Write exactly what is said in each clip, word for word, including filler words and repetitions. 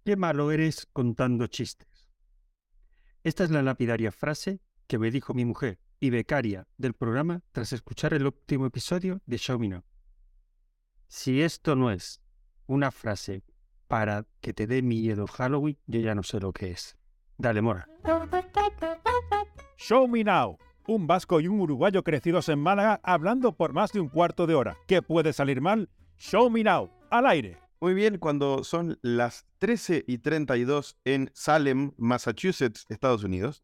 Qué malo eres contando chistes. Esta es la lapidaria frase que me dijo mi mujer y becaria del programa tras escuchar el último episodio de Show Me Now. Si esto no es una frase para que te dé miedo Halloween, yo ya no sé lo que es. Dale, Mora. Show Me Now. Un vasco y un uruguayo crecidos en Málaga hablando por más de un cuarto de hora. ¿Qué puede salir mal? Show Me Now. Al aire. Muy bien, cuando son las trece y treinta y dos en Salem, Massachusetts, Estados Unidos.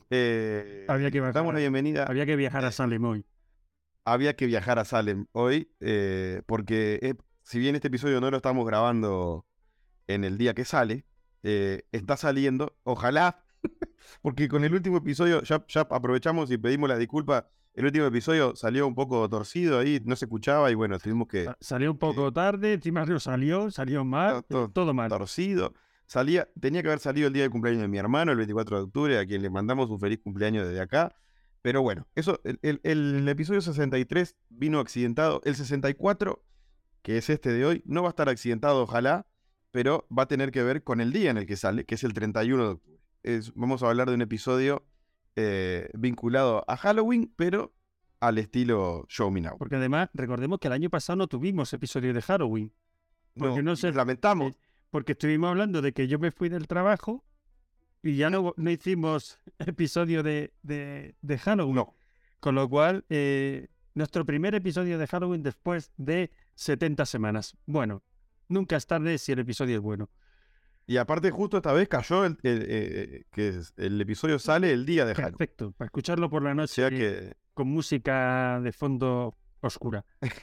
Eh, Había que viajar, damos la bienvenida. Había que viajar a Salem hoy. Había que viajar a Salem hoy, eh, porque eh, si bien este episodio no lo estamos grabando en el día que sale, eh, está saliendo, ojalá, porque con el último episodio ya, ya aprovechamos y pedimos la disculpa. El último episodio salió un poco torcido ahí, no se escuchaba y bueno, tuvimos que... Salió un poco tarde, encima no salió, salió mal, todo, todo mal. Torcido. Salía, tenía que haber salido el día de cumpleaños de mi hermano, el veinticuatro de octubre, a quien le mandamos un feliz cumpleaños desde acá. Pero bueno, eso, el, el, el episodio sesenta y tres vino accidentado. El sesenta y cuatro, que es este de hoy, no va a estar accidentado, ojalá, pero va a tener que ver con el día en el que sale, que es el treinta y uno de octubre. Es, vamos a hablar de un episodio eh, vinculado a Halloween, pero al estilo Show Me Now. Porque además, recordemos que el año pasado no tuvimos episodio de Halloween. Porque no, no sé, lamentamos. Eh, porque estuvimos hablando de que yo me fui del trabajo y ya no, no hicimos episodio de, de, de Halloween. No. Con lo cual, eh, nuestro primer episodio de Halloween después de setenta semanas. Bueno, nunca es tarde si el episodio es bueno. Y aparte justo esta vez cayó el, el, eh, que el episodio sale el día de Halloween. Perfecto, para escucharlo por la noche, o sea que... con música de fondo oscura.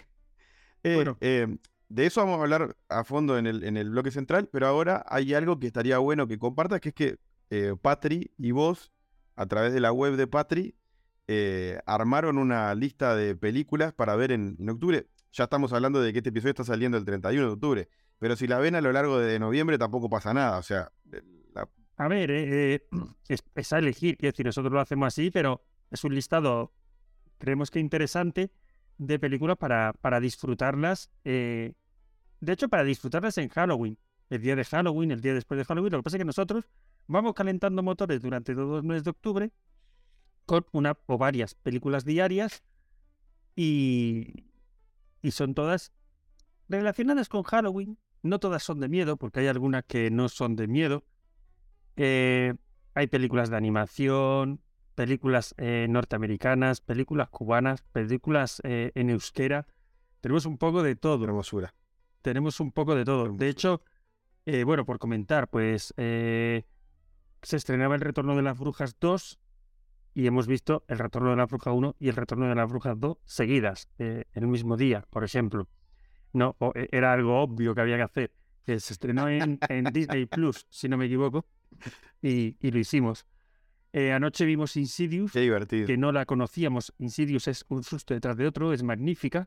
eh, bueno. eh, de eso vamos a hablar a fondo en el, en el bloque central, pero ahora hay algo que estaría bueno que compartas, que es que eh, Patri y vos, a través de la web de Patri, eh, armaron una lista de películas para ver en, en octubre. Ya estamos hablando de que este episodio está saliendo el treinta y uno de octubre, pero si la ven a lo largo de noviembre tampoco pasa nada, o sea... La... A ver, eh, eh, es, es a elegir, quiero decir, nosotros lo hacemos así, pero es un listado, creemos que interesante, de películas para, para disfrutarlas, eh, de hecho para disfrutarlas en Halloween, el día de Halloween, el día después de Halloween. Lo que pasa es que nosotros vamos calentando motores durante todo el mes de octubre con una o varias películas diarias y, y son todas relacionadas con Halloween. No todas son de miedo, porque hay algunas que no son de miedo. Eh, hay películas de animación, películas eh, norteamericanas, películas cubanas, películas eh, en euskera. Tenemos un poco de todo. Hermosura. Tenemos un poco de todo. Hermosura. De hecho, eh, bueno, por comentar, pues eh, se estrenaba El Retorno de las Brujas dos y hemos visto El Retorno de la Bruja uno y El Retorno de las Brujas dos seguidas, eh, en el mismo día, por ejemplo. No, o, era algo obvio que había que hacer. Que se estrenó en, en Disney Plus, si no me equivoco, y, y lo hicimos. Eh, anoche vimos Insidious, Qué divertido. Que no la conocíamos. Insidious es un susto detrás de otro, es magnífica.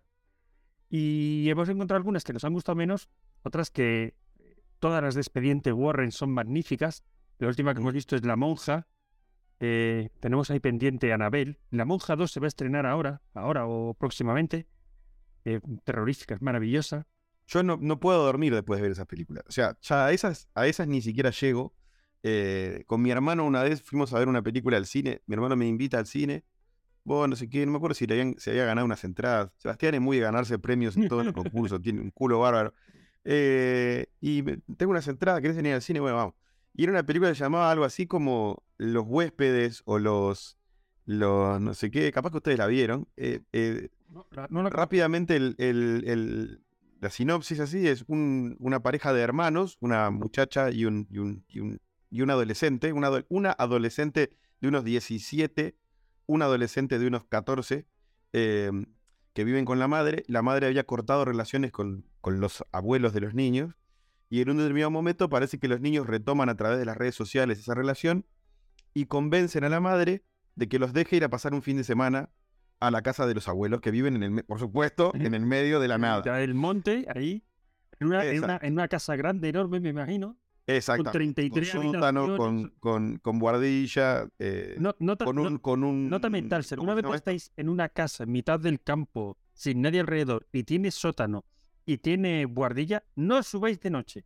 Y hemos encontrado algunas que nos han gustado menos, otras que todas las de Expediente Warren son magníficas. La última que hemos visto es La Monja. Eh, tenemos ahí pendiente Annabelle. La Monja dos se va a estrenar ahora, ahora o próximamente. Eh, terrorífica, es maravillosa. Yo no, no puedo dormir después de ver esas películas. O sea, ya a esas, a esas ni siquiera llego. Eh, con mi hermano una vez fuimos a ver una película al cine. Mi hermano me invita al cine. Bueno, no sé qué, no me acuerdo si le habían, se había ganado unas entradas. Sebastián es muy de ganarse premios en todos los concursos, tiene un culo bárbaro. Eh, y me, tengo unas entradas, ¿querés venir al cine? Bueno, vamos. Y era una película que se llamaba algo así como Los Huéspedes o los, los no sé qué, capaz que ustedes la vieron. Eh, eh, no, no, no, rápidamente el, el, el, la sinopsis así es un, una pareja de hermanos, una muchacha y un, y un, y un, y un adolescente, una, una adolescente de unos diecisiete, un adolescente de unos catorce, eh, que viven con la madre. La madre había cortado relaciones con, con los abuelos de los niños, y en un determinado momento parece que los niños retoman a través de las redes sociales esa relación y convencen a la madre de que los deje ir a pasar un fin de semana a la casa de los abuelos, que viven, en el, por supuesto, en el medio de la nada. El monte, ahí, en una, en una, en una casa grande, enorme, me imagino. Exacto. Con treinta y tres con sótano, con, con, con buhardilla, eh, no, nota, con, un, no, con un... Nota mental, si alguna vez estáis en una casa en mitad del campo, sin nadie alrededor, y tiene sótano, y tiene buhardilla, no subáis de noche.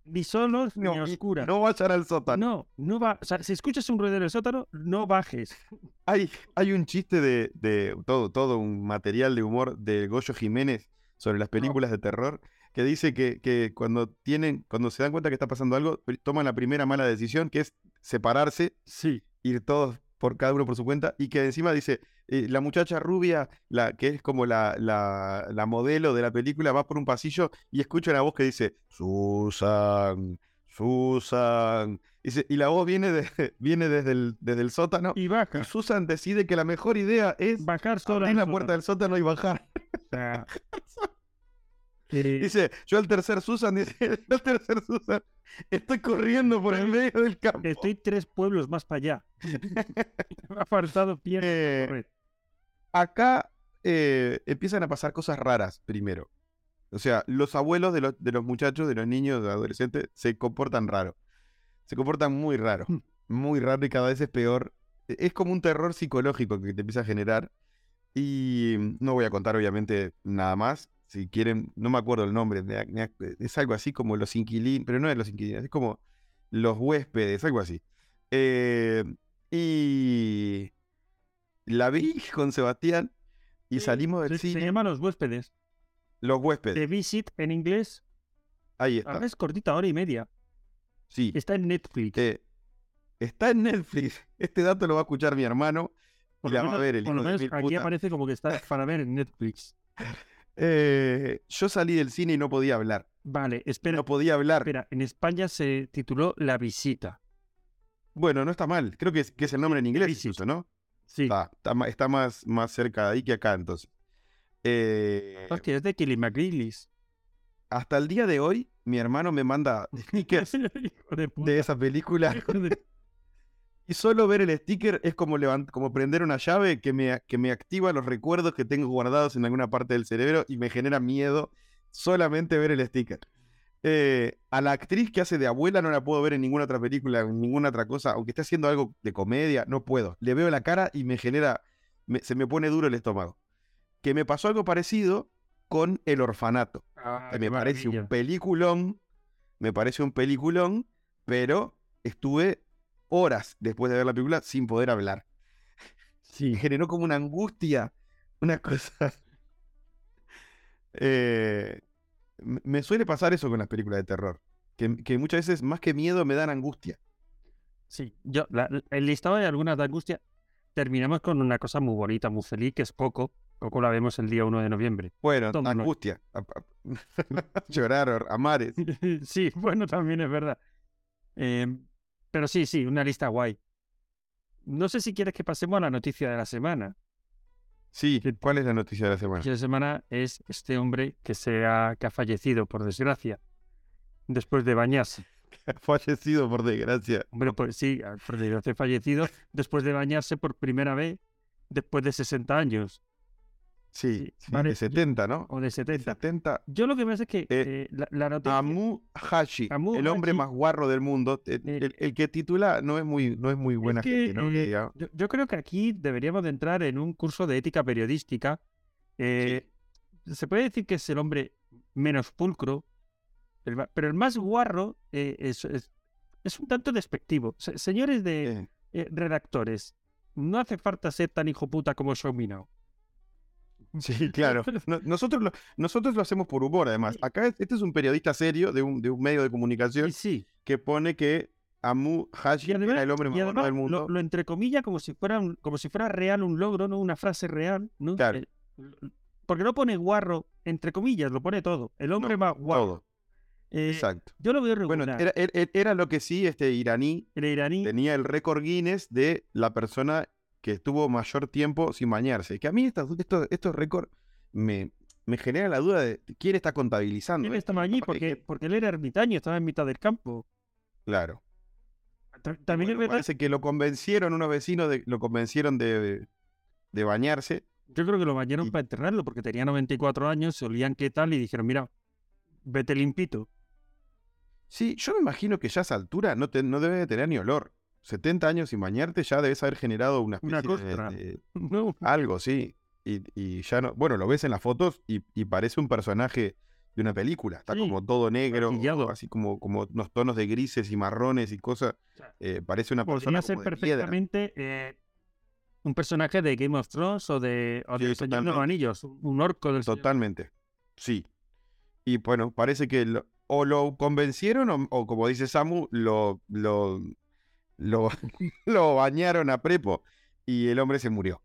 Ni solos No, ni y oscuras. no vayan al sótano. No, no va. O sea, si escuchas un ruido en el sótano, no bajes. Hay, hay un chiste de, de todo, todo un material de humor de Goyo Jiménez sobre las películas de terror que dice que, que cuando tienen, cuando se dan cuenta que está pasando algo, pri- toman la primera mala decisión, que es separarse, Sí. ir todos por cada uno por su cuenta, y que encima dice, eh, la muchacha rubia, la que es como la, la, la modelo de la película, va por un pasillo y escucha una voz que dice, Susan, Susan. Dice, y la voz viene, de, viene desde, el, desde el sótano, Y y baja. Susan decide que la mejor idea es Bajar sola. abrir al la puerta sótano. del sótano y bajar. O sea, eh, Dice, yo al tercer Susan, dice, yo al tercer Susan, estoy corriendo por el medio del campo. estoy tres pueblos más para allá. Me ha faltado piernas para Eh, correr. Acá eh, empiezan a pasar cosas raras primero. O sea, los abuelos de los, de los muchachos, de los niños, de los adolescentes, se comportan raro. Se comportan muy raro. Hmm. Muy raro y cada vez es peor. E- Es como un terror psicológico que te empieza a generar. Y mm, no voy a contar, obviamente, nada más. Si quieren, no me acuerdo el nombre. me ha- me ha- Es algo así como los inquilinos, pero no es los inquilinos, es como los huéspedes, algo así. Eh, y la vi con Sebastián y salimos del Se, se cine. llama Los Huéspedes. Los The huéspedes. Visit en inglés. Ahí Ahora está. es cortita, hora y media. Sí. Está en Netflix. Eh, está en Netflix. Este dato lo va a escuchar mi hermano y Por la lo va a menos- ver el por hijo lo de menos mil aquí puta. aparece como que está para ver en Netflix. Eh, yo salí del cine y no podía hablar. Vale, espera, No podía hablar. espera. En España se tituló La Visita. Bueno, no está mal. Creo que es, que es el nombre en inglés Visit. incluso, ¿no? Sí. Está, está, ma- está más, más cerca de ahí que acá, entonces. Eh, Hostia, es de Kelly McGillis. hasta el día de hoy, mi hermano me manda stickers Hijo de puta. de esa película. Hijo de- Y solo ver el sticker es como, levant- como prender una llave que me, que me activa los recuerdos que tengo guardados en alguna parte del cerebro y me genera miedo solamente ver el sticker. Eh, a la actriz que hace de abuela no la puedo ver en ninguna otra película, en ninguna otra cosa, aunque esté haciendo algo de comedia, no puedo. Le veo la cara y me genera, me- se me pone duro el estómago. Que me pasó algo parecido con El Orfanato. Ah, que qué me parece un maravilla. peliculón, me parece un peliculón, pero estuve horas después de ver la película sin poder hablar. Sí. Me generó como una angustia, una cosa. Eh, m- me suele pasar eso con las películas de terror, que, que muchas veces más que miedo me dan angustia. Sí, yo, la- la- el listado de algunas de angustia, terminamos con una cosa muy bonita, muy feliz, que es Coco. Coco la vemos el día uno de noviembre. Bueno, Toma, no. angustia. A- a- Llorar, or- a mares. Sí, bueno, también es verdad. Eh, pero sí, sí, una lista guay. No sé si quieres que pasemos a la noticia de la semana. Sí, Sí. ¿cuál es la noticia de la La semana? noticia de la semana es este hombre que, se ha, que ha fallecido, por desgracia, después de bañarse. Fallecido, por desgracia. Hombre, pues sí, por desgracia ha fallecido después de bañarse por primera vez después de sesenta años Sí, Sí, sí, vale, de yo- setenta, ¿no? o de setenta. setenta. Yo lo que pasa es que Eh, eh, la, la noticia... Amu Hashi, Amu el hombre Hashi. más guarro del mundo. El, Eh, el- el que titula no es muy, no es muy buena Es que, gente, ¿no? Que eh, diga. yo, yo creo que aquí deberíamos de entrar en un curso de ética periodística. Eh, Se puede decir que es el hombre menos pulcro, el ma- pero el más guarro eh, es, es, es un tanto despectivo. Se- señores de Eh, eh, redactores, no hace falta ser tan hijo puta como Show Me Now. sí, claro. No- nosotros, lo, nosotros lo hacemos por humor, además. Acá es- este es un periodista serio de un, de un medio de comunicación Y sí, que pone que Amu Hashi y además, era el hombre más y guarro además del mundo. lo, lo entrecomilla como si fuera un- como si fuera real un logro, ¿no? Una frase real, ¿no? Claro. Eh, porque no pone guarro, entre comillas, lo pone todo. El hombre No, más guarro. Todo, Eh, exacto. Yo lo veo regular. Bueno, era, era- era lo que sí este iraní el iraní, tenía el récord Guinness de la persona que estuvo mayor tiempo sin bañarse. Que a mí estos, estos, estos récords me, me generan la duda de quién está contabilizando. él esto. estaba allí Capaz porque, que- porque él era ermitaño, estaba en mitad del campo. Claro. Ta- También Bueno, es verdad, parece que lo convencieron, unos vecinos de, lo convencieron de, de bañarse. yo creo que lo bañaron y- para enterrarlo porque tenía noventa y cuatro años, se olían qué tal y dijeron, mira, vete limpito. Sí, yo me imagino que ya a esa altura no, te, no debe de tener ni olor. setenta años sin bañarte ya debes haber generado una Una especie de- costra. de, No, algo, sí. Y, y ya no. Bueno, lo ves en las fotos y, y parece un personaje de una película. Está Sí, como todo negro, maquillado. así como, como unos tonos de grises y marrones y cosas. O sea, Eh, parece una persona podría ser como de piedra. perfectamente eh, un personaje de Game of Thrones o de, o Sí, de Señor de los totalmente. Anillos, un orco del Señor. Totalmente. Sí. Y bueno, parece que lo- o lo convencieron o, o como dice Samu, lo, lo, lo, lo bañaron a prepo y el hombre se murió.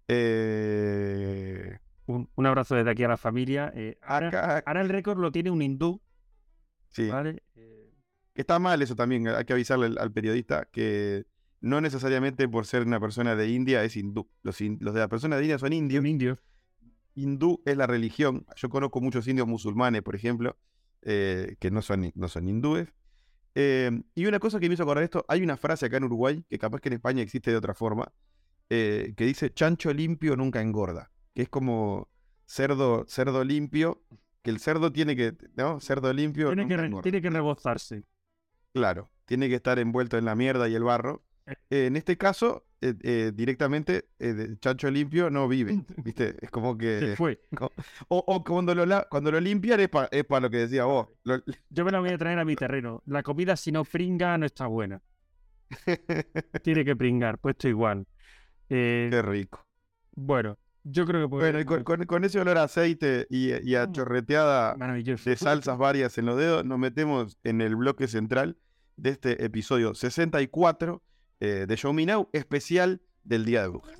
Eh, Un, un abrazo desde aquí a la familia. eh, ahora, acá, ahora el récord lo tiene un hindú, sí, ¿vale? Eh, que está mal eso también, hay que avisarle al, al periodista que no necesariamente por ser una persona de India es hindú. Los, in- los de la persona de India son indios. un indio. Hindú es la religión. Yo conozco muchos indios musulmanes, por ejemplo, eh, que no son, no son hindúes. Eh, y una cosa que me hizo acordar esto, hay una frase acá en Uruguay, que capaz que en España existe de otra forma, eh, que dice, chancho limpio nunca engorda, que es como cerdo, cerdo limpio, que el cerdo tiene que, ¿no? Cerdo limpio Tiene que, nunca re- engorda. tiene que rebozarse. Claro, tiene que estar envuelto en la mierda y el barro. Eh. Eh, en este caso, eh, eh, directamente, eh, de chancho limpio no vive, ¿viste? Es como Se que... fue. O, o cuando, lo, la- cuando lo limpian es para es pa lo que decía vos. Lo- Yo me la voy a traer a mi terreno. La comida, si no pringa, no está buena. Tiene que pringar, puesto igual. Eh, Qué rico. bueno, yo creo que Bueno, y con, podemos- con- con ese olor a aceite y, y a Mm. chorreteada Maravilloso. de salsas varias en los dedos, nos metemos en el bloque central de este episodio sesenta y cuatro eh, de Show Me Now, especial del Día de Brujas.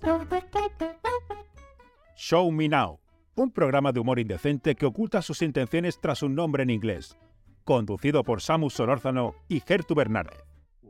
Show Me Now, un programa de humor indecente que oculta sus intenciones tras un nombre en inglés. Conducido por Samu Solórzano y Gertu Bernárdez.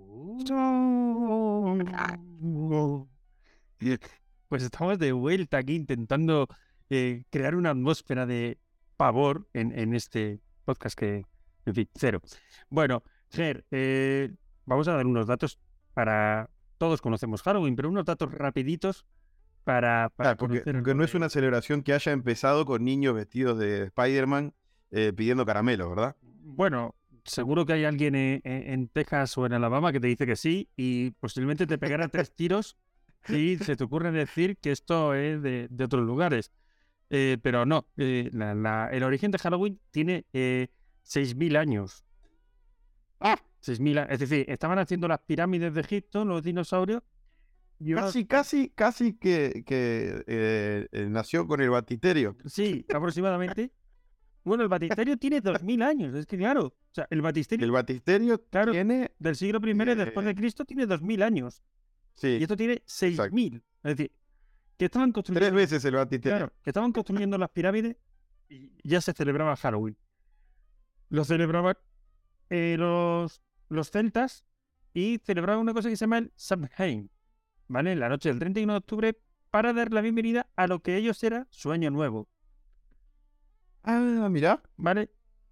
Pues estamos de vuelta aquí intentando eh, crear una atmósfera de pavor en, en este podcast que, en fin, cero. Bueno, Ger, eh, vamos a dar unos datos para... Todos conocemos Halloween, pero unos datos rapiditos para, para Ah, porque, conocer porque lo no es de- una celebración que haya empezado con niños vestidos de Spider-Man eh, pidiendo caramelo, ¿verdad? Bueno, seguro que hay alguien en, en- en Texas o en Alabama que te dice que sí y posiblemente te pegará tres tiros y se te ocurre decir que esto es de, de otros lugares. Eh, pero no, eh, la- la- el origen de Halloween tiene eh, seis mil años. Ah, seis mil, a- es decir, estaban haciendo las pirámides de Egipto, los dinosaurios. Y ahora- casi, casi, casi que, que eh, eh, nació con el batisterio. Sí, aproximadamente. Bueno, el batisterio tiene dos mil años, es que claro. O sea, el batisterio El batisterio Claro. tiene... del siglo primero después de eh, Cristo tiene dos mil años. Sí, Y esto tiene seis mil. Es decir, que estaban tres construyendo, veces el batisterio. claro, que estaban construyendo las pirámides y ya se celebraba Halloween. Lo celebraban eh, los, los celtas y celebraban una cosa que se llama el Samhain, ¿vale? La noche del treinta y uno de octubre para dar la bienvenida a lo que ellos era su año nuevo, Ah, mirá. ¿vale?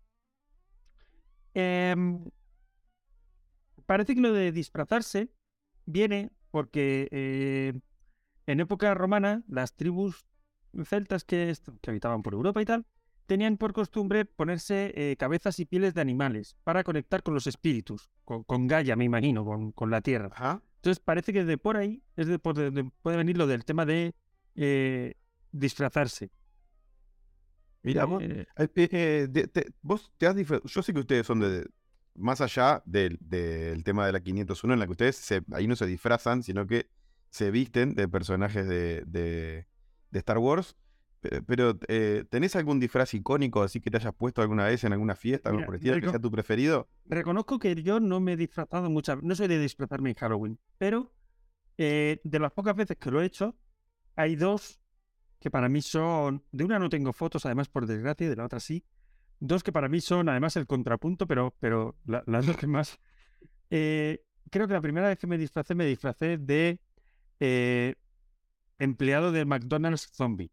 Em, parece que lo de disfrazarse viene porque eh, en época romana las tribus celtas que, est- que habitaban por Europa y tal tenían por costumbre ponerse eh, cabezas y pieles de animales para conectar con los espíritus, con, con Gaia, me imagino, con, con la tierra. Ajá. Entonces parece que de por ahí es de, por de- de- puede venir lo del tema de eh, disfrazarse. Mira, vos, Eh, eh, eh, eh, de- te- vos te has disfra- Yo sé que ustedes son de... Más allá del, del tema de la quinientos uno, en la que ustedes se- ahí no se disfrazan, sino que se visten de personajes de, de- de Star Wars. Pe- Pero, eh, ¿tenés algún disfraz icónico así que te hayas puesto alguna vez en alguna fiesta, algo Mira, por el estilo, que reco- sea tu preferido? Reconozco que yo no me he disfrazado muchas no soy de disfrazarme en Halloween, pero eh, de las pocas veces que lo he hecho, hay dos que para mí son, de una no tengo fotos, además por desgracia, y de la otra sí, dos que para mí son además el contrapunto, pero, pero la- las dos que más... Eh, creo que la primera vez que me disfracé, me disfracé de eh, empleado de McDonald's zombie.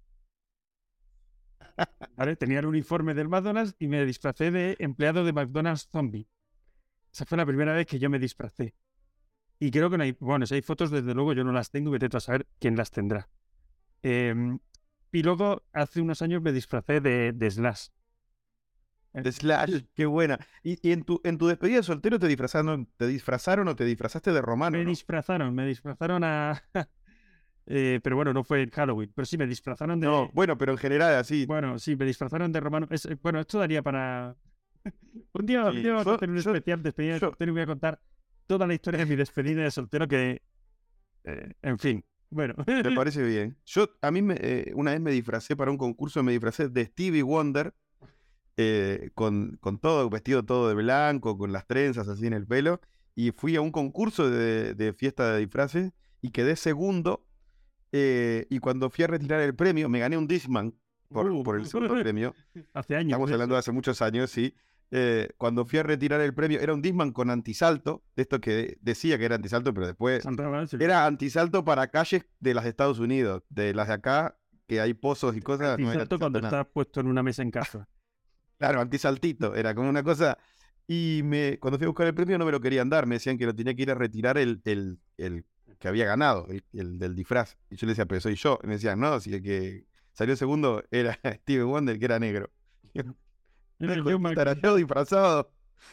¿Vale? Tenía el uniforme del McDonald's y me disfracé de empleado de McDonald's zombie. Esa fue la primera vez que yo me disfracé. Y creo que no hay, bueno, si hay fotos, desde luego yo no las tengo y vete tú a saber quién las tendrá. Em, y luego, hace unos años me disfracé de, de Slash. De Slash, qué buena. ¿Y, y en, tu, en tu despedida de soltero te disfrazaron, te disfrazaron o te disfrazaste de romano? Me ¿no? disfrazaron, me disfrazaron a... Eh, pero bueno, no fue en Halloween. Pero sí, me disfrazaron de... No, bueno, pero en general así. Bueno, sí, me disfrazaron de romano. Es, eh, bueno, esto daría para... un día, un Sí, día vamos a yo- hacer un yo- especial despedida de yo- soltero y voy a contar toda la historia de mi despedida de soltero que... eh, en fin, bueno. Me parece bien. Yo, a mí, me, eh, una vez me disfracé para un concurso, me disfracé de Stevie Wonder, eh, con, con todo, vestido todo de blanco, con las trenzas así en el pelo, y fui a un concurso de, de fiesta de disfraces y quedé segundo, eh, y cuando fui a retirar el premio, me gané un Discman por, Uh, por el segundo premio. Hace años. Estamos de hablando de eso. hace muchos años, sí. Eh, cuando fui a retirar el premio, era un Discman con antisalto, de esto que decía que era antisalto, pero después San Ramón, sí. era antisalto para calles de las de Estados Unidos, de las de acá, que hay pozos y cosas. No era Antisalto cuando antisalto nada. está puesto en una mesa en casa. Claro, antisaltito, era como una cosa. Y me, cuando fui a buscar el premio no me lo querían dar, me decían que lo tenía que ir a retirar el, el, el que había ganado, el, el del disfraz. Y yo le decía, pero soy yo. Y me decían, no, si el que salió segundo era Steve Wonder, que era negro. Era Hijo de yo puta, era yo disfrazado.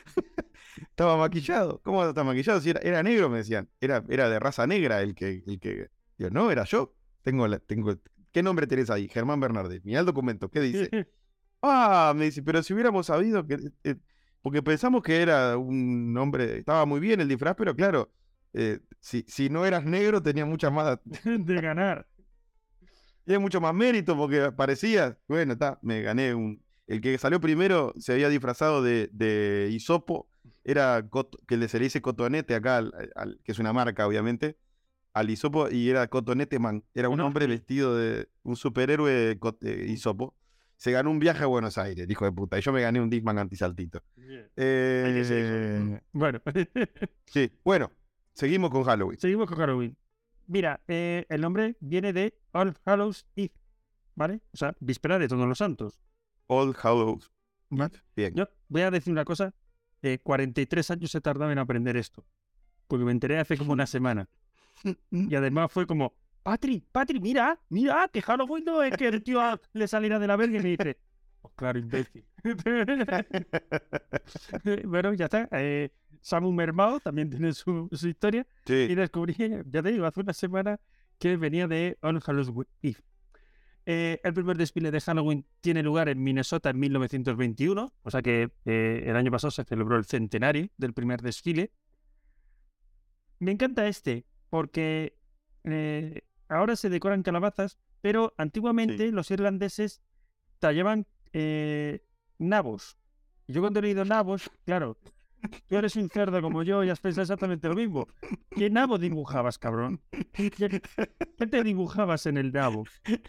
Estaba maquillado. ¿Cómo vas a estar maquillado? Si era, era negro, me decían. Era, era de raza negra el que, el que. Yo, no, era yo. Tengo la, tengo. ¿Qué nombre tenés ahí? Germán Bernardes. Mira el documento. ¿Qué dice? Ah, me dice, pero si hubiéramos sabido que. eh, porque pensamos que era un hombre. Estaba muy bien el disfraz, pero claro. eh, si, si no eras negro, tenía mucha más, de ganar. tenía mucho más mérito porque parecía. Bueno, está, me gané un. El que salió primero se había disfrazado de, de hisopo. Era cot- que le- se le dice cotonete acá, al- al- que es una marca, obviamente, al hisopo, y era Cotonete Man. Era un No, hombre sí. vestido de un superhéroe cot- eh, hisopo. Se ganó un viaje a Buenos Aires, hijo de puta. Y yo me gané un Disman antisaltito. Bien. Eh, Hay que seguir. Bueno, sí, bueno, seguimos con Halloween. seguimos con Halloween. Mira, eh, el nombre viene de All Hallows Eve, ¿vale? O sea, víspera de Todos los Santos. All Hallows. ¿Vale? Bien. Yo voy a decir una cosa. eh, cuarenta y tres años he tardado en aprender esto. Porque me enteré hace como una semana. Y además fue como, Patri, Patri, mira, mira, que Halloween no es que el tío a- le saliera de la verga y me dice, pues claro, imbécil. Bueno, ya está. Eh, Samu Mermao también tiene su, su historia. Y Sí, descubrí, ya te digo, hace una semana que venía de On Halloween Eve. Eh, el primer desfile de Halloween tiene lugar en Minnesota en mil novecientos veintiuno, o sea que eh, el año pasado se celebró el centenario del primer desfile. Me encanta este, porque eh, ahora se decoran calabazas, pero antiguamente Sí. los irlandeses tallaban eh, nabos. Y yo cuando he leído nabos, claro, tú eres un cerdo como yo y has pensado exactamente lo mismo. ¿Qué nabo dibujabas, cabrón? ¿Qué, qué te dibujabas en el nabo?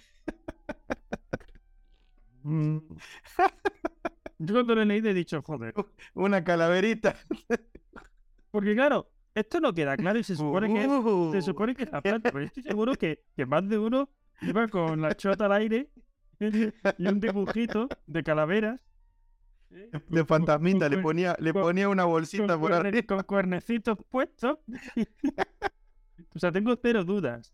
Mm. Yo cuando lo he leído he dicho, joder. una calaverita. Porque claro, esto no queda claro y se supone que, Uh, se supone que es la planta, pero yo estoy seguro que, que más de uno iba con la chota al aire y un dibujito de calaveras. ¿eh? de Con- fantasmita, con- le con- ponía, le con- ponía una bolsita con, por cuerne- arriba. con cuernecitos puestos. O sea, tengo cero dudas.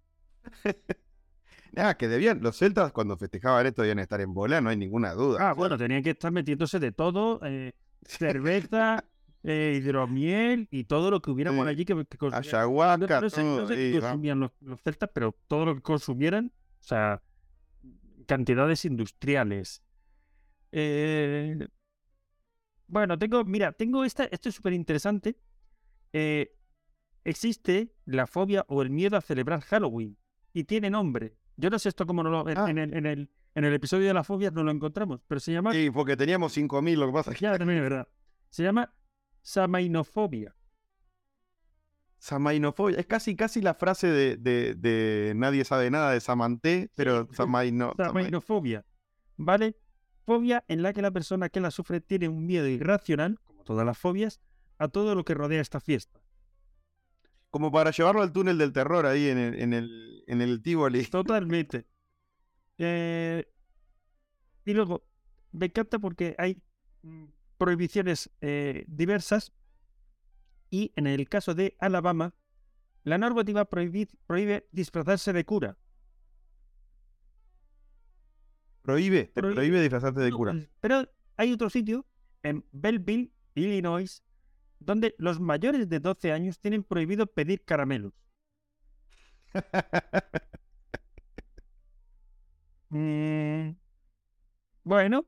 Ah, que debían, los celtas cuando festejaban esto debían estar en bola, no hay ninguna duda. Ah, bueno, tenían que estar metiéndose de todo, eh, cerveza, eh, hidromiel y todo lo que hubiera por Sí. allí que, que consumieran. No, Ayahuasca, no sé, no todo. sé qué y va. consumían los, los celtas, pero todo lo que consumieran, o sea, cantidades industriales. Eh, bueno, tengo, mira, tengo esta, esto es súper interesante. Eh, existe la fobia o el miedo a celebrar Halloween y tiene nombre. Yo no sé esto cómo no lo, en, Ah. en el, en, el, en el episodio de la fobia no lo encontramos, pero se llama, Sí, porque teníamos cinco mil, lo que pasa es que ya también es verdad, se llama samainofobia. samainofobia, es casi, casi la frase de, de, de nadie sabe nada de Samanté, pero samaino, samai- Samainofobia, ¿vale? Fobia en la que la persona que la sufre tiene un miedo irracional, como todas las fobias, a todo lo que rodea esta fiesta. como para llevarlo al túnel del terror ahí en el, en el, en el Tivoli. Totalmente. Eh, y luego, me encanta porque hay mm, prohibiciones eh, diversas y en el caso de Alabama, la normativa prohibi- prohíbe disfrazarse de cura. Prohíbe, te Prohíbe. prohíbe disfrazarte de No, cura. pues, pero hay otro sitio, en Belleville, Illinois, donde los mayores de doce años tienen prohibido pedir caramelos. Mm, bueno,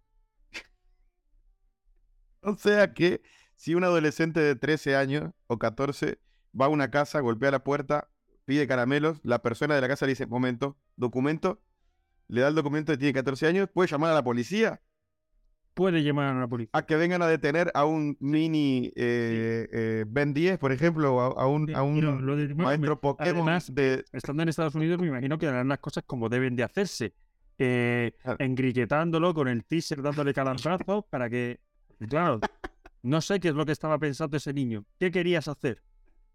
O sea que si un adolescente de trece años o catorce va a una casa, golpea la puerta, pide caramelos, la persona de la casa le dice, momento, documento, le da el documento de tiene catorce años, puede llamar a la policía puede llamar a la policía. a que vengan a detener a un mini eh, eh, Ben diez, por ejemplo, o a, a un, Sí, a un y lo- lo de- bueno, maestro me- Pokémon además, de... estando en Estados Unidos, me imagino que harán las cosas como deben de hacerse. Eh, Ah, engrilletándolo con el teaser, dándole calambrazos para que. Y claro, no sé qué es lo que estaba pensando ese niño. ¿Qué querías hacer?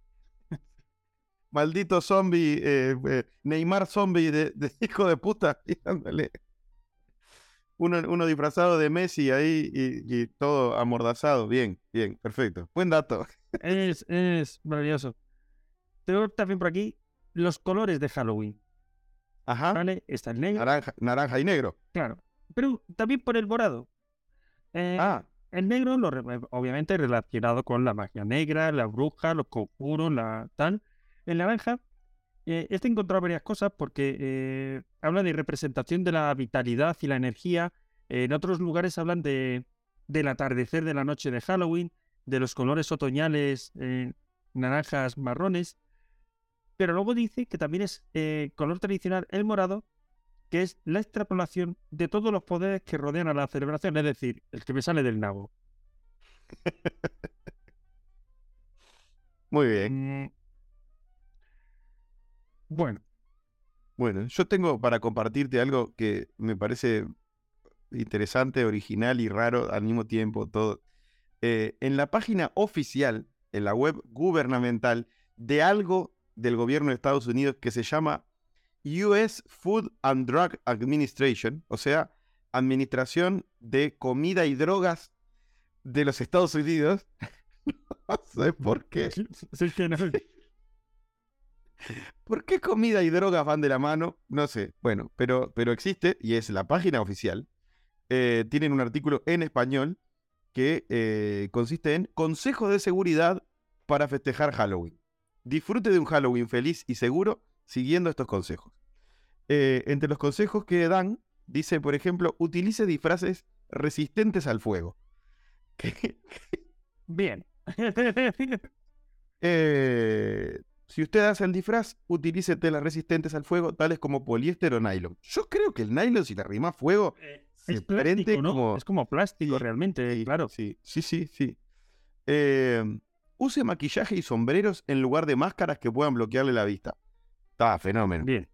maldito zombie, eh, eh, Neymar zombie de, de hijo de puta, tirándole. Uno, uno disfrazado de Messi ahí y, y todo amordazado. Bien, bien, perfecto. Buen dato. Es, es maravilloso. Tengo también por aquí los colores de Halloween. Ajá. ¿Vale? Está el negro, Naranja, naranja y negro. claro. Pero también por el morado. Eh, Ah, El negro, lo re- obviamente relacionado con la magia negra, la bruja, los conjuros, la tal. El naranja, eh, este he encontrado varias cosas porque eh, habla de representación de la vitalidad y la energía. En otros lugares hablan de, del atardecer de la noche de Halloween, de los colores otoñales, eh, naranjas, marrones. Pero luego dice que también es eh, color tradicional el morado, que es la extrapolación de todos los poderes que rodean a la celebración, es decir, el que me sale del nabo. muy bien. Mm, bueno, Bueno, yo tengo para compartirte algo que me parece interesante, original y raro al mismo tiempo. Todo. Eh, en la página oficial, en la web gubernamental de algo del gobierno de Estados Unidos que se llama U S Food and Drug Administration, o sea, Administración de Comida y Drogas de los Estados Unidos. No sé por qué. sí que no- ¿Por qué comida y drogas van de la mano? No sé. Bueno, pero, pero existe y es la página oficial. Eh, tienen un artículo en español que eh, consiste en Consejo de Seguridad para festejar Halloween. Disfrute de un Halloween feliz y seguro siguiendo estos consejos. Eh, entre los consejos que dan, dice, por ejemplo, utilice disfraces resistentes al fuego. Bien. Eh, si usted hace el disfraz, utilice telas resistentes al fuego, tales como poliéster o nylon. Yo creo que el nylon, si le arrima fuego, se Es prende plástico, ¿no? como... Es como plástico Sí, realmente, sí, claro. Sí, sí, sí, sí. Eh, use maquillaje y sombreros en lugar de máscaras que puedan bloquearle la vista. Está, fenómeno. Bien.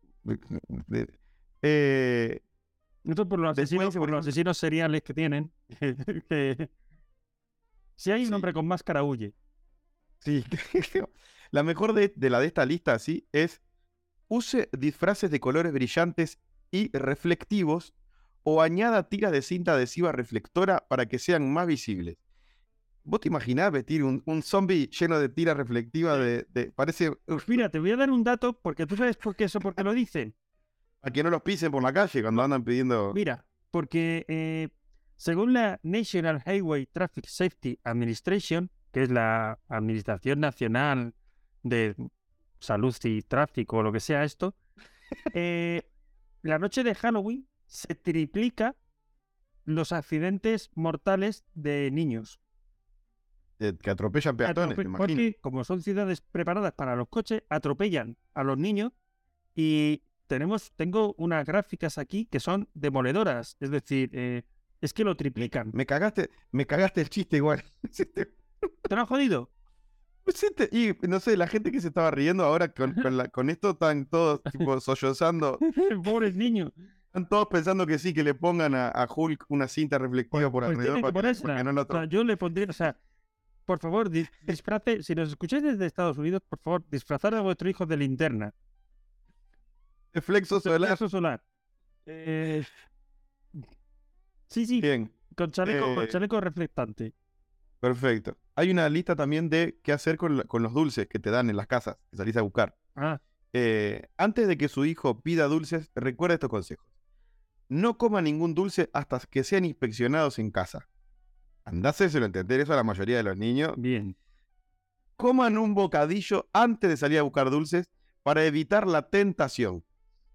Eh, Esto por los Después asesinos, dice, por por los ejemplo- asesinos seriales que tienen. que si hay un Sí. hombre con máscara, huye. sí. La mejor de, de la de esta lista, sí, es use disfraces de colores brillantes y reflectivos o añada tiras de cinta adhesiva reflectora para que sean más visibles. ¿Vos te imaginás vestir un, un zombie lleno de tiras reflectivas de, de- parece Pues mira, te voy a dar un dato porque tú sabes por qué eso, por qué lo dicen. a que no los pisen por la calle cuando andan pidiendo... Mira, porque eh, según la National Highway Traffic Safety Administration, que es la Administración Nacional de Salud y Tráfico o lo que sea esto, eh, la noche de Halloween se triplica los accidentes mortales de niños. eh, que atropellan peatones, me Atrope- imagino. Porque como son ciudades preparadas para los coches, atropellan a los niños y tenemos, tengo unas gráficas aquí que son demoledoras. Es decir, eh, es que lo triplican. Me cagaste, me cagaste el chiste igual. ¿Te lo han jodido? Y no sé, la gente que se estaba riendo ahora con, con, la- con esto están todos tipo sollozando. Pobres niños. Están todos pensando que sí, que le pongan a, a Hulk una cinta reflectiva por Pues alrededor tienen que para que, ponérsela. para que no lo O sea, atropellen. yo le pondría, o sea, por favor, di- disfrace, si nos escucháis desde Estados Unidos, por favor, disfrazad a vuestro hijo de linterna. Reflexo solar. Eso solar. Eh, Sí, sí, Bien, con chaleco, con eh, chaleco reflectante. perfecto. Hay una lista también de qué hacer con, la- con los dulces que te dan en las casas, que salís a buscar. Ah, Eh, antes de que su hijo pida dulces, recuerda estos consejos. No coma ningún dulce hasta que sean inspeccionados en casa. Andás a lo entender eso a la mayoría de los niños. bien. Coman un bocadillo antes de salir a buscar dulces para evitar la tentación.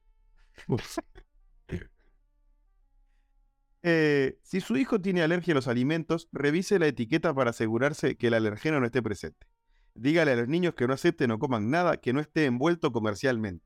Eh, si su hijo tiene alergia a los alimentos, revise la etiqueta para asegurarse que el alergeno no esté presente. Dígale a los niños que no acepten o coman nada que no esté envuelto comercialmente.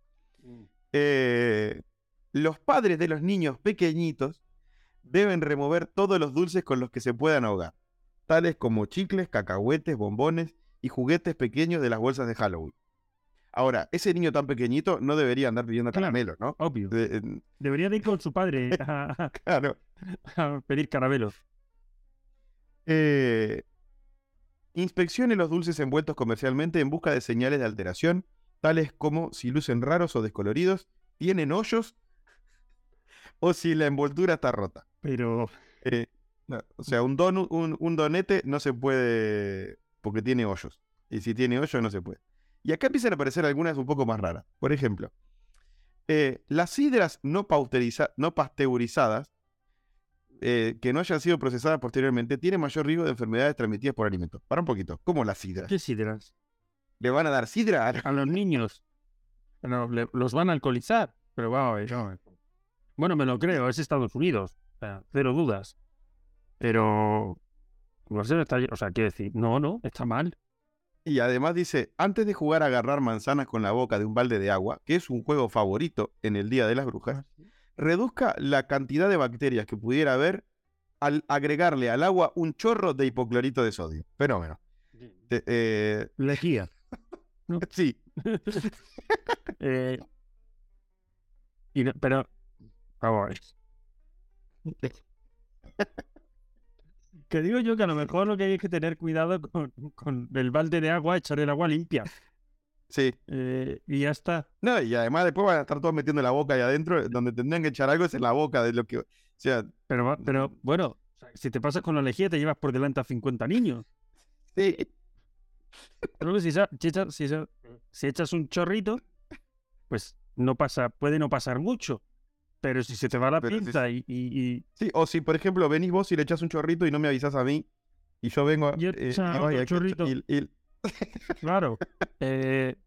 Eh, los padres de los niños pequeñitos deben remover todos los dulces con los que se puedan ahogar, tales como chicles, cacahuetes, bombones y juguetes pequeños de las bolsas de Halloween. Ahora, ese niño tan pequeñito no debería andar pidiendo Claro, caramelos, ¿no? obvio. De- en- Debería de ir con su padre a, claro. a pedir caramelos. Eh, inspeccione los dulces envueltos comercialmente en busca de señales de alteración, tales como si lucen raros o descoloridos, tienen hoyos o si la envoltura está rota. Pero Eh, no, o sea, un, donut, un, un donete no se puede porque tiene hoyos. Y si tiene hoyos no se puede. Y acá empiezan a aparecer algunas un poco más raras. Por ejemplo, eh, las sidras no, pasteuriza- no pasteurizadas eh, que no hayan sido procesadas posteriormente tienen mayor riesgo de enfermedades transmitidas por alimentos. Para un poquito. ¿Cómo las sidras? ¿qué sidras? ¿Le van a dar sidra? A los niños no, le- los van a alcoholizar. Pero vamos a ver, vamos a ver. Bueno, me lo creo, es Estados Unidos. O sea, cero dudas. Pero no sé, está, o sea, quiero decir, no, no, está mal. Y además dice, antes de jugar a agarrar manzanas con la boca de un balde de agua, que es un juego favorito en el Día de las Brujas, reduzca la cantidad de bacterias que pudiera haber al agregarle al agua un chorro de hipoclorito de sodio. Fenómeno. Te- eh, Lejía. ¿no? sí, Eh, y no- pero, vamos a ver. Que digo yo que a lo mejor lo que hay que tener cuidado con, con el balde de agua, echar el agua limpia. sí. Eh, y ya está. No, y además después van a estar todos metiendo la boca ahí adentro, donde tendrían que echar algo es en la boca de lo que... O sea, Pero, va- pero bueno, o sea, si te pasas con la lejía, te llevas por delante a cincuenta niños. sí. Creo que si, sa- si echas, si echas- si echas un chorrito, pues no pasa, puede no pasar mucho. Pero si se te va la Pero si- pinza y, y, y- Sí, o si por ejemplo venís vos y le echás un chorrito y no me avisás a mí, y yo vengo... Y eh, echa y vas y otro hay que- chorrito. y- y- claro, eh,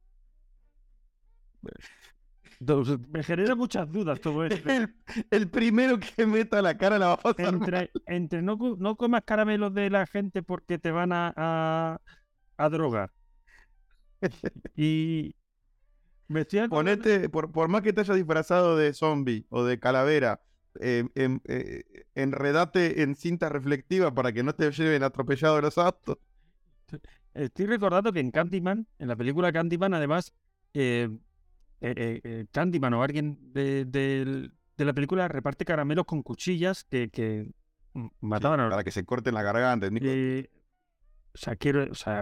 do- me genera muchas dudas todo esto. el, el primero que meta la cara la va a pasar mal. Entre, entre no, co- no comas caramelos de la gente porque te van a, a, a drogar. Y me estoy acordando- Ponete, por, por más que te hayas disfrazado de zombie o de calavera, eh, em- eh, enredate en cinta reflectiva para que no te lleven atropellado los autos. Estoy recordando que en Candyman, en la película Candyman, además, eh, eh, eh, eh, Candyman o alguien de, del- de la película reparte caramelos con cuchillas que, que mm, mataban a los... Para que se corten la garganta. Nico. Eh, o sea, quiero... O sea,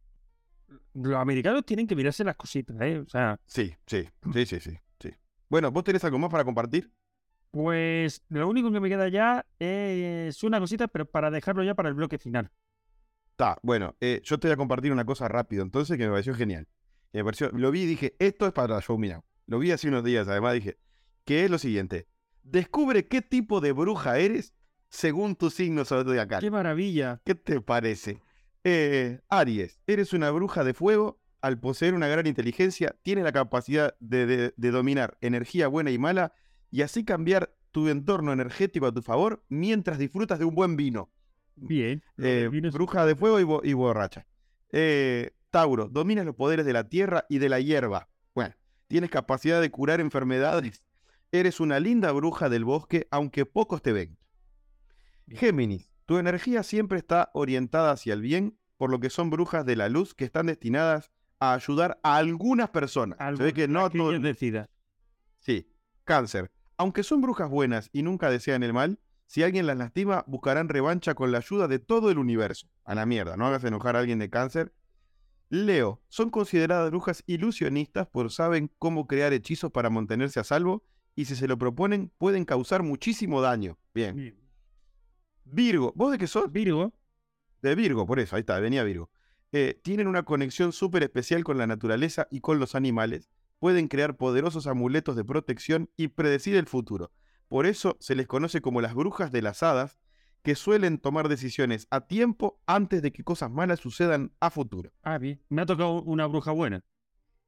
los americanos tienen que mirarse las cositas, ¿eh? O sea, Sí, sí, sí, sí, sí, sí. Bueno, ¿vos tenés algo más para compartir? pues lo único que me queda ya es una cosita, pero para dejarlo ya para el bloque final. Está, bueno, eh, yo te voy a compartir una cosa rápido, entonces, que me pareció genial. Que me pareció, lo vi y dije, esto es para Show Me Now. Lo vi hace unos días, además dije, que es lo siguiente. Descubre qué tipo de bruja eres según tu signo zodiacal. ¡Qué maravilla! ¿Qué te parece? Eh, Aries, eres una bruja de fuego. Al poseer una gran inteligencia, tienes la capacidad de, de- de dominar energía buena y mala y así cambiar tu entorno energético a tu favor mientras disfrutas de un buen vino. Bien. lo Eh, del vino es- bruja de fuego y, bo- y borracha. Eh, Tauro, dominas los poderes de la tierra y de la hierba. Bueno, tienes capacidad de curar enfermedades. Eres una linda bruja del bosque, aunque pocos te ven. Bien. Géminis, tu energía siempre está orientada hacia el bien, por lo que son brujas de la luz que están destinadas a ayudar a algunas personas. Se ve que no a que todos. ellos decidan. Sí. Cáncer, aunque son brujas buenas y nunca desean el mal, si alguien las lastima, buscarán revancha con la ayuda de todo el universo. A la mierda, no hagas enojar a alguien de cáncer. Leo, son consideradas brujas ilusionistas por saben cómo crear hechizos para mantenerse a salvo y si se lo proponen pueden causar muchísimo daño. Bien. Bien. Virgo, ¿vos de qué sos? Virgo, De Virgo, por eso, ahí está, venía Virgo. Eh, tienen una conexión súper especial con la naturaleza y con los animales. Pueden crear poderosos amuletos de protección y predecir el futuro. Por eso se les conoce como las brujas de las hadas, que suelen tomar decisiones a tiempo antes de que cosas malas sucedan a futuro. ah, bien. Me ha tocado una bruja buena.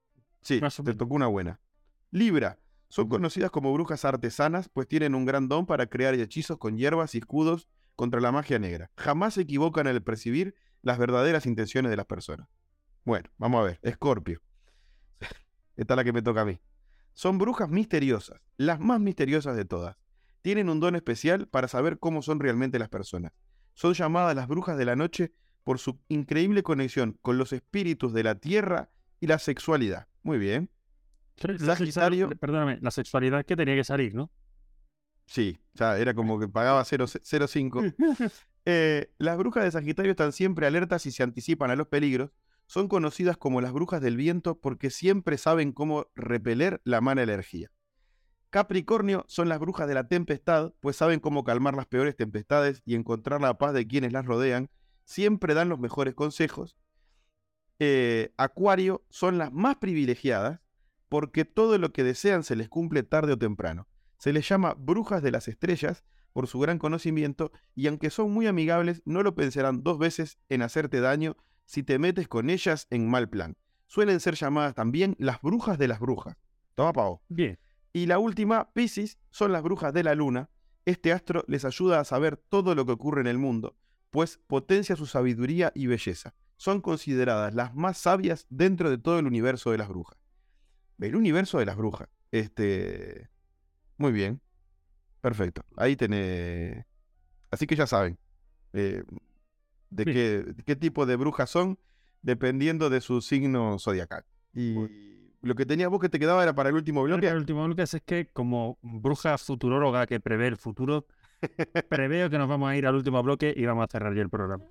Sí, Más o te menos. tocó una buena. Libra. Son conocidas como brujas artesanas, pues tienen un gran don para crear hechizos con hierbas y escudos contra la magia negra. Jamás se equivocan al percibir las verdaderas intenciones de las personas. Bueno, vamos a ver. Escorpio. Esta es la que me toca a mí. Son brujas misteriosas, las más misteriosas de todas. Tienen un don especial para saber cómo son realmente las personas. Son llamadas las brujas de la noche por su increíble conexión con los espíritus de la tierra y la sexualidad. Muy bien. La Sagitario. sexual- Perdóname, la sexualidad que tenía que salir, ¿no? Sí, ya era como que pagaba cero coma cinco. Eh, las brujas de Sagitario están siempre alertas y se anticipan a los peligros. Son conocidas como las brujas del viento porque siempre saben cómo repeler la mala energía. Capricornio son las brujas de la tempestad, pues saben cómo calmar las peores tempestades y encontrar la paz de quienes las rodean. Siempre dan los mejores consejos. Eh, Acuario son las más privilegiadas porque todo lo que desean se les cumple tarde o temprano. Se les llama brujas de las estrellas por su gran conocimiento y aunque son muy amigables, no lo pensarán dos veces en hacerte daño si te metes con ellas en mal plan. Suelen ser llamadas también las brujas de las brujas. Toma pavo. Bien. Y la última, Piscis, son las brujas de la luna. Este astro les ayuda a saber todo lo que ocurre en el mundo, pues potencia su sabiduría y belleza. Son consideradas las más sabias dentro de todo el universo de las brujas. El universo de las brujas. Este... Muy bien. Perfecto. Ahí tenés... Así que ya saben eh, de, Sí. qué, de qué tipo de brujas son, dependiendo de su signo zodiacal. Y Bueno. lo que tenías vos que te quedaba era para el último bloque. El último bloque es que como bruja futuróloga que prevé el futuro, preveo que nos vamos a ir al último bloque y vamos a cerrar ya el programa.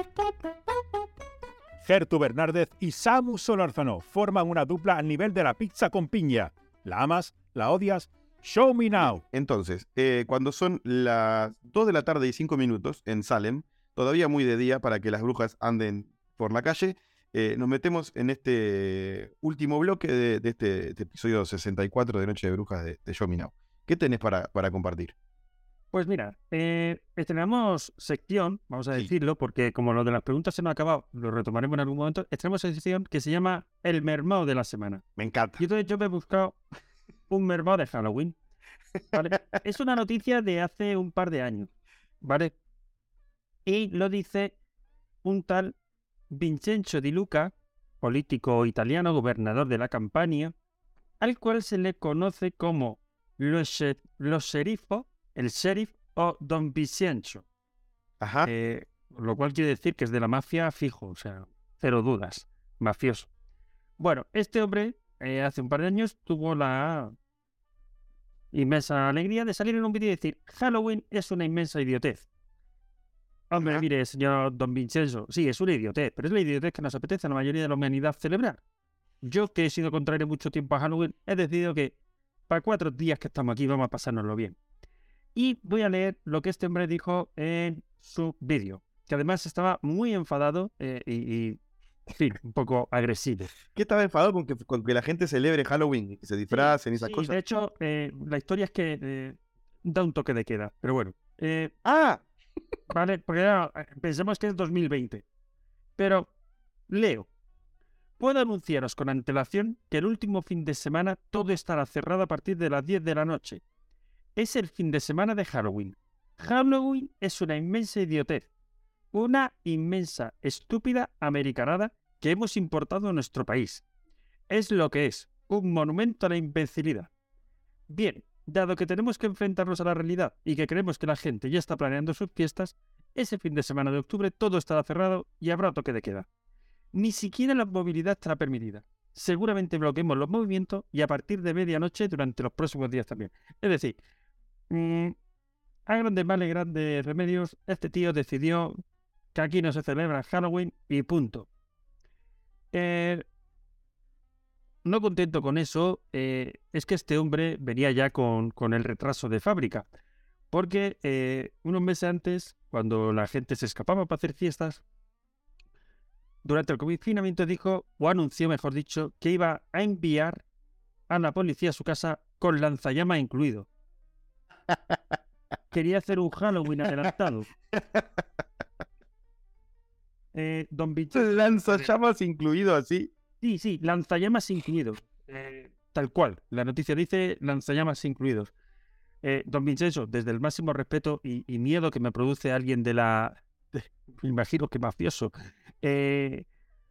Gertu Bernárdez y Samu Solórzano forman una dupla al nivel de la pizza con piña. ¿La amas? ¿La odias? Show me now. Entonces, eh, cuando son las dos de la tarde y cinco minutos en Salem, todavía muy de día para que las brujas anden por la calle, eh, nos metemos en este último bloque de, de este, este episodio sesenta y cuatro de Noche de Brujas de, de Show Me Now. ¿Qué tenés para, para compartir? Pues mira, eh, estrenamos sección, vamos a Sí. decirlo, porque como lo de las preguntas se nos ha acabado, lo retomaremos en algún momento, estrenamos sección que se llama El Mermao de la Semana. Me encanta. Y entonces yo me he buscado un mermao de Halloween. ¿Vale? Es una noticia de hace un par de años, ¿vale? Y lo dice un tal Vincenzo Di Luca, político italiano, gobernador de la Campania, al cual se le conoce como lo, she- lo sceriffo, el sheriff o Don Vincenzo, Ajá. eh, lo cual quiere decir que es de la mafia fijo, o sea, cero dudas, mafioso. Bueno, este hombre eh, hace un par de años tuvo la inmensa alegría de salir en un vídeo y decir: Halloween es una inmensa idiotez. Hombre, Ajá. mire, señor Don Vincenzo, sí, es una idiotez, pero es la idiotez que nos apetece a la mayoría de la humanidad celebrar. Yo, que he sido contrario mucho tiempo a Halloween, he decidido que para cuatro días que estamos aquí vamos a pasárnoslo bien. Y voy a leer lo que este hombre dijo en su vídeo, que además estaba muy enfadado eh, y, y, en fin, un poco agresivo. ¿Qué estaba enfadado con que, con que la gente celebre Halloween y que se disfracen y esas Sí, cosas? de hecho, eh, la historia es que eh, da un toque de queda, pero bueno. Eh, ¡Ah! vale, porque ya, eh, pensemos que es dos mil veinte. Pero, leo. Puedo anunciaros con antelación que el último fin de semana todo estará cerrado a partir de las diez de la noche. Es el fin de semana de Halloween. Halloween es una inmensa idiotez. Una inmensa, estúpida americanada que hemos importado a nuestro país. Es lo que es, un monumento a la imbecilidad. Bien, dado que tenemos que enfrentarnos a la realidad y que creemos que la gente ya está planeando sus fiestas, ese fin de semana de octubre todo estará cerrado y habrá toque de queda. Ni siquiera la movilidad estará permitida. Seguramente bloqueemos los movimientos y a partir de medianoche durante los próximos días también. Es decir, mmm, a grandes males, grandes remedios, este tío decidió que aquí no se celebra Halloween y punto. Eh, no contento con eso, eh, es que este hombre venía ya con, con el retraso de fábrica. Porque eh, unos meses antes, cuando la gente se escapaba para hacer fiestas, durante el confinamiento dijo, o anunció, mejor dicho, que iba a enviar a la policía a su casa con lanzallamas incluido. Quería hacer un Halloween adelantado. Eh, don Vincenzo... Lanzallamas incluido así. Sí, sí, lanzallamas incluido. Eh, tal cual. La noticia dice lanzallamas incluidos. Eh, don Vincenzo, desde el máximo respeto y, y miedo que me produce alguien de la... de- me imagino que mafioso. Eh,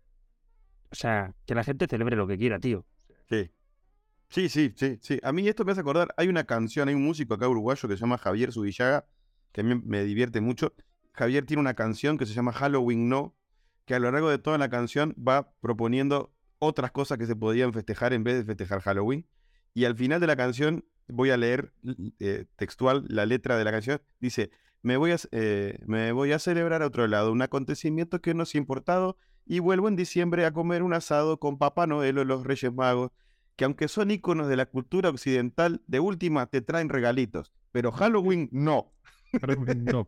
o sea, que la gente celebre lo que quiera, tío. Sí. Sí, sí, sí, sí. A mí esto me hace acordar, hay una canción, hay un músico acá uruguayo que se llama Javier Subillaga, que a mí me divierte mucho. Javier tiene una canción que se llama Halloween No, que a lo largo de toda la canción va proponiendo otras cosas que se podían festejar en vez de festejar Halloween. Y al final de la canción, voy a leer eh, textual la letra de la canción, dice, me voy, a, eh, me voy a celebrar a otro lado, un acontecimiento que nos ha importado, y vuelvo en diciembre a comer un asado con Papá Noel o los Reyes Magos, que aunque son íconos de la cultura occidental, de última te traen regalitos, pero Halloween no. No.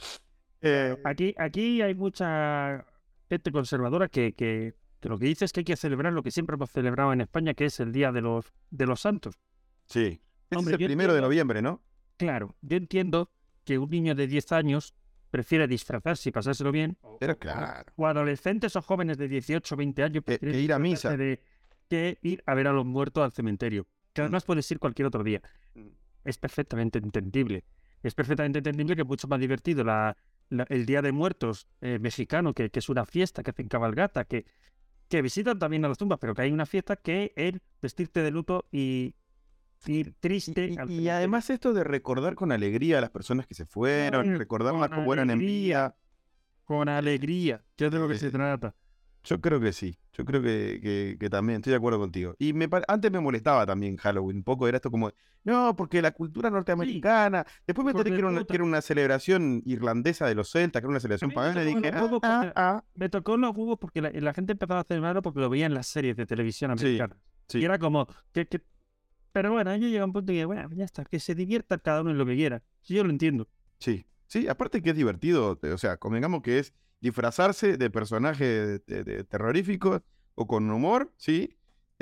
Eh, Aquí, aquí hay mucha gente conservadora que, que, que lo que dice es que hay que celebrar lo que siempre hemos celebrado en España, que es el Día de los, de los Santos. sí, ese Hombre, es el yo primero de entiendo- noviembre, ¿no? Claro, yo entiendo que un niño de diez años prefiere disfrazarse y pasárselo bien, o, Pero o- claro. o adolescentes o jóvenes de dieciocho o veinte años Que- prefieren que ir a disfrazarse misa. de- que ir a ver a los muertos al cementerio, que Mm. además puedes ir cualquier otro día. Mm. Es perfectamente entendible. Es perfectamente entendible que es mucho más divertido la, la- el Día de Muertos eh, mexicano, que, que es una fiesta, que hacen cabalgata, que, que visitan también a las tumbas, pero que hay una fiesta que el vestirte de luto y ir triste. Y, al y cementerio. además esto de recordar con alegría a las personas que se fueron, Claro, recordarlas con como eran en alegría. vida. Con alegría, que es de lo que se Eh, trata. Yo creo que sí, yo creo que, que- que también estoy de acuerdo contigo. Y me, pare- antes me molestaba también Halloween, un poco era esto como, no, porque la cultura norteamericana. Después me hijos enteré de que era, una, puta. que era una celebración irlandesa de los celtas, que era una A celebración mí me pagana, y tocó dije, los ah, huevos ah, porque- ah. Me tocó los huevos porque la, la gente empezaba a celebrarlo porque lo veía en las series de televisión Sí, americanas. sí. Y era como, que, que- pero bueno, yo llegué a un punto y dije, bueno, ya está, que se divierta cada uno en lo que quiera. Sí, yo lo entiendo. Sí, sí, aparte que es divertido, te- o sea, convengamos que es disfrazarse de personajes de- de- terroríficos o con humor, ¿sí?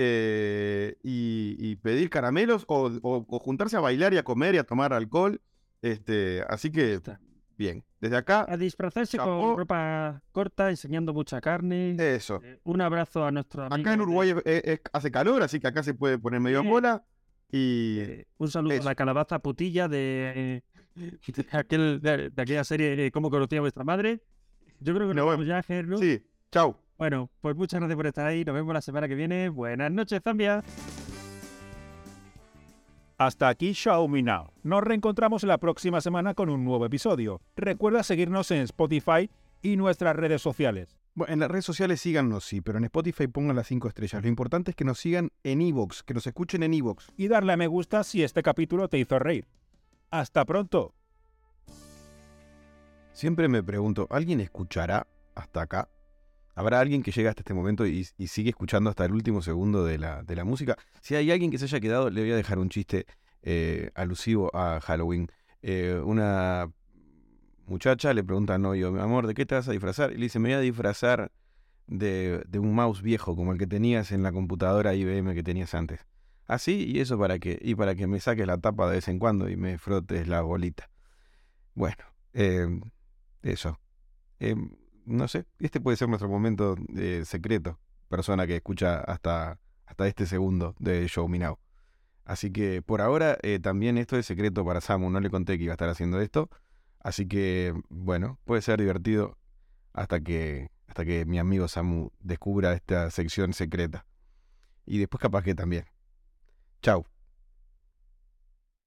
Eh, y, y pedir caramelos o, o- o juntarse a bailar y a comer y a tomar alcohol. Este, así Ya que, está. bien, desde acá, A disfrazarse chapó. con ropa corta, enseñando mucha carne. Eso. Eh, Un abrazo a nuestros amigos. Acá en de- Uruguay es- es- es- hace calor, así que acá se puede poner medio en Sí. bola. Y eh, un saludo eso. a la calabaza putilla de, de aquel, de, de aquella serie eh, ¿Cómo conocía a vuestra madre? Yo creo que Nos nos vemos. vamos ya, Gerlu. sí, chau. Bueno, pues muchas gracias por estar ahí. Nos vemos la semana que viene. Buenas noches, Zambia. Hasta aquí Xiaomi Now. Nos reencontramos la próxima semana con un nuevo episodio. Recuerda seguirnos en Spotify y nuestras redes sociales. Bueno, en las redes sociales síganos, sí, pero en Spotify pongan las cinco estrellas. Lo importante es que nos sigan en iVoox, que nos escuchen en iVoox. Y darle a me gusta si este capítulo te hizo reír. ¡Hasta pronto! Siempre me pregunto, ¿alguien escuchará hasta acá? ¿Habrá alguien que llegue hasta este momento y, y sigue escuchando hasta el último segundo de la, de la música? Si hay alguien que se haya quedado, le voy a dejar un chiste eh, alusivo a Halloween. Eh, una muchacha le pregunta al novio, amor, ¿de qué te vas a disfrazar? Y le dice, me voy a disfrazar de, de un mouse viejo, como el que tenías en la computadora I B M que tenías antes. Así, y eso para que, y para que me saques la tapa de vez en cuando y me frotes la bolita. Bueno, eh, eso. Eh, no sé, este puede ser nuestro momento eh, secreto. Persona que escucha hasta, hasta este segundo de Show Me Now. Así que por ahora eh, también esto es secreto para Samu. No le conté que iba a estar haciendo esto. Así que, bueno, puede ser divertido hasta que, hasta que mi amigo Samu descubra esta sección secreta. Y después capaz que también. Chau.